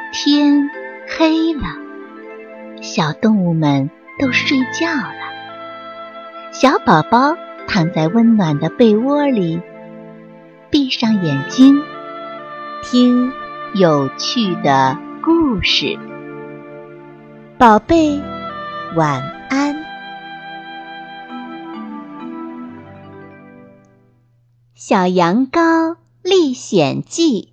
天黑了，小动物们都睡觉了。小宝宝躺在温暖的被窝里，闭上眼睛，听有趣的故事。宝贝，晚安。小羊羔历险记。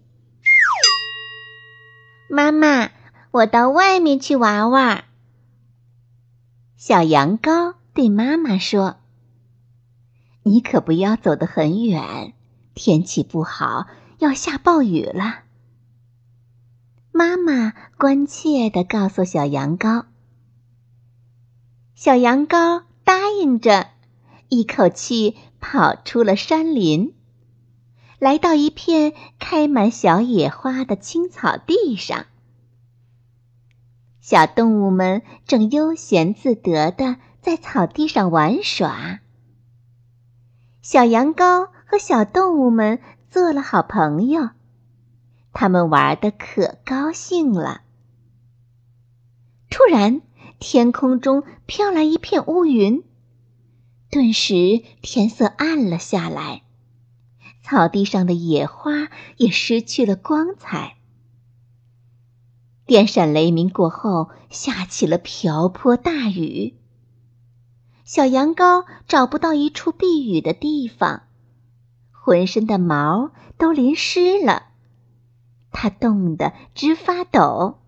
妈妈，我到外面去玩玩。 小羊羔对妈妈说：“你可不要走得很远，天气不好，要下暴雨了。”妈妈关切地告诉小羊羔。小羊羔答应着，一口气跑出了山林，来到一片开满小野花的青草地上。小动物们正悠闲自得地在草地上玩耍。小羊羔和小动物们做了好朋友，他们玩得可高兴了。突然，天空中飘来一片乌云，顿时天色暗了下来，草地上的野花也失去了光彩。电闪雷鸣过后，下起了瓢泼大雨。小羊羔找不到一处避雨的地方，浑身的毛都淋湿了，它冻得直发抖。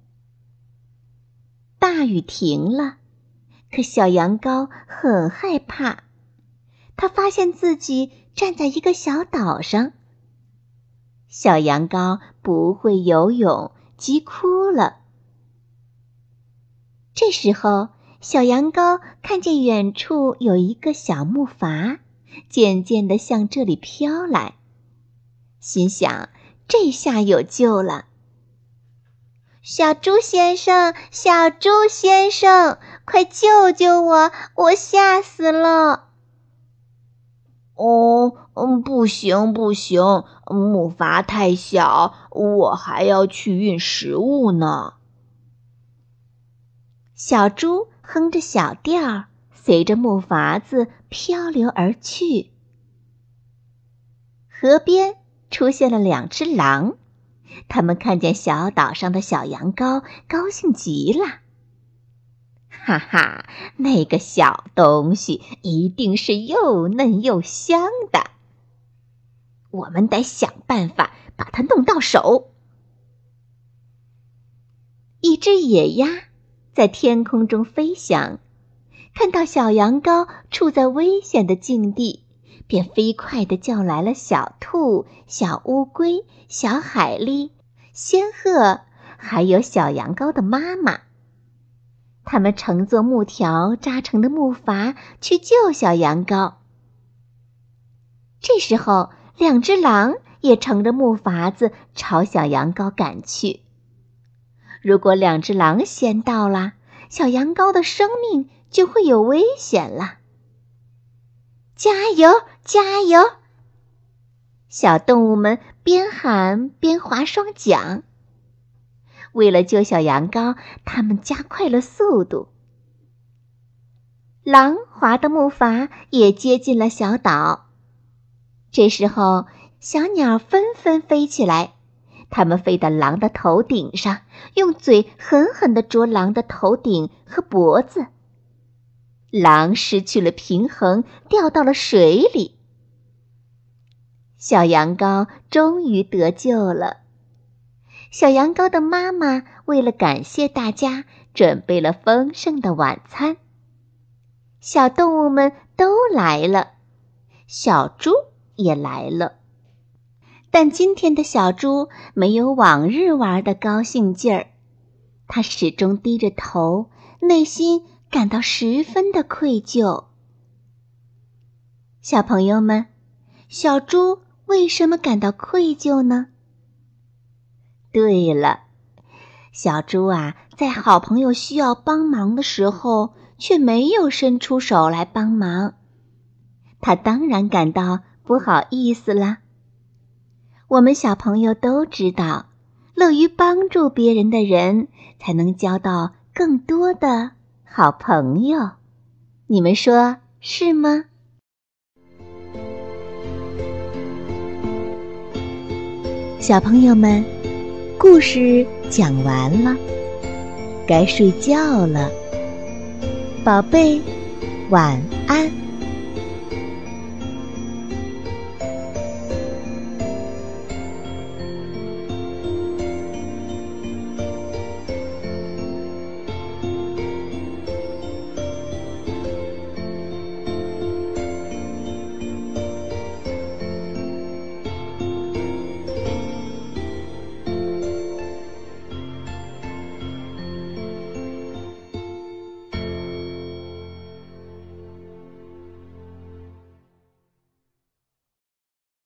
大雨停了，可小羊羔很害怕，它发现自己站在一个小岛上。小羊羔不会游泳，急哭了。这时候，小羊羔看见远处有一个小木筏，渐渐地向这里飘来，心想这下有救了。 小猪先生，小猪先生，快救救我，我吓死了。 不行，木筏太小，我还要去运食物呢。 小猪哼着小调，随着木筏子漂流而去。河边出现了两只狼，他们看见小岛上的小羊羔，高兴极了。哈哈，那个小东西一定是又嫩又香的，我们得想办法把它弄到手。一只野鸭在天空中飞翔，看到小羊羔处在危险的境地，便飞快地叫来了小兔、小乌龟、小海狸、仙鹤，还有小羊羔的妈妈。他们乘坐木条扎成的木筏去救小羊羔。这时候，两只狼也乘着木筏子朝小羊羔赶去。如果两只狼先到了，小羊羔的生命就会有危险了。加油，加油！小动物们边喊边划双桨。为了救小羊羔，他们加快了速度。狼划的木筏也接近了小岛。这时候，小鸟纷纷飞起来，它们飞到狼的头顶上，用嘴狠狠地啄狼的头顶和脖子。狼失去了平衡，掉到了水里。小羊羔终于得救了。小羊羔的妈妈为了感谢大家，准备了丰盛的晚餐。小动物们都来了，小猪也来了。但今天的小猪没有往日玩的高兴劲儿，它始终低着头，内心感到十分的愧疚。小朋友们，小猪为什么感到愧疚呢？对了，小猪在好朋友需要帮忙的时候，却没有伸出手来帮忙，他当然感到不好意思了。我们小朋友都知道， 乐于帮助别人的人，才能交到更多的好朋友。你们说是吗？小朋友们，故事讲完了，该睡觉了，宝贝，晚安。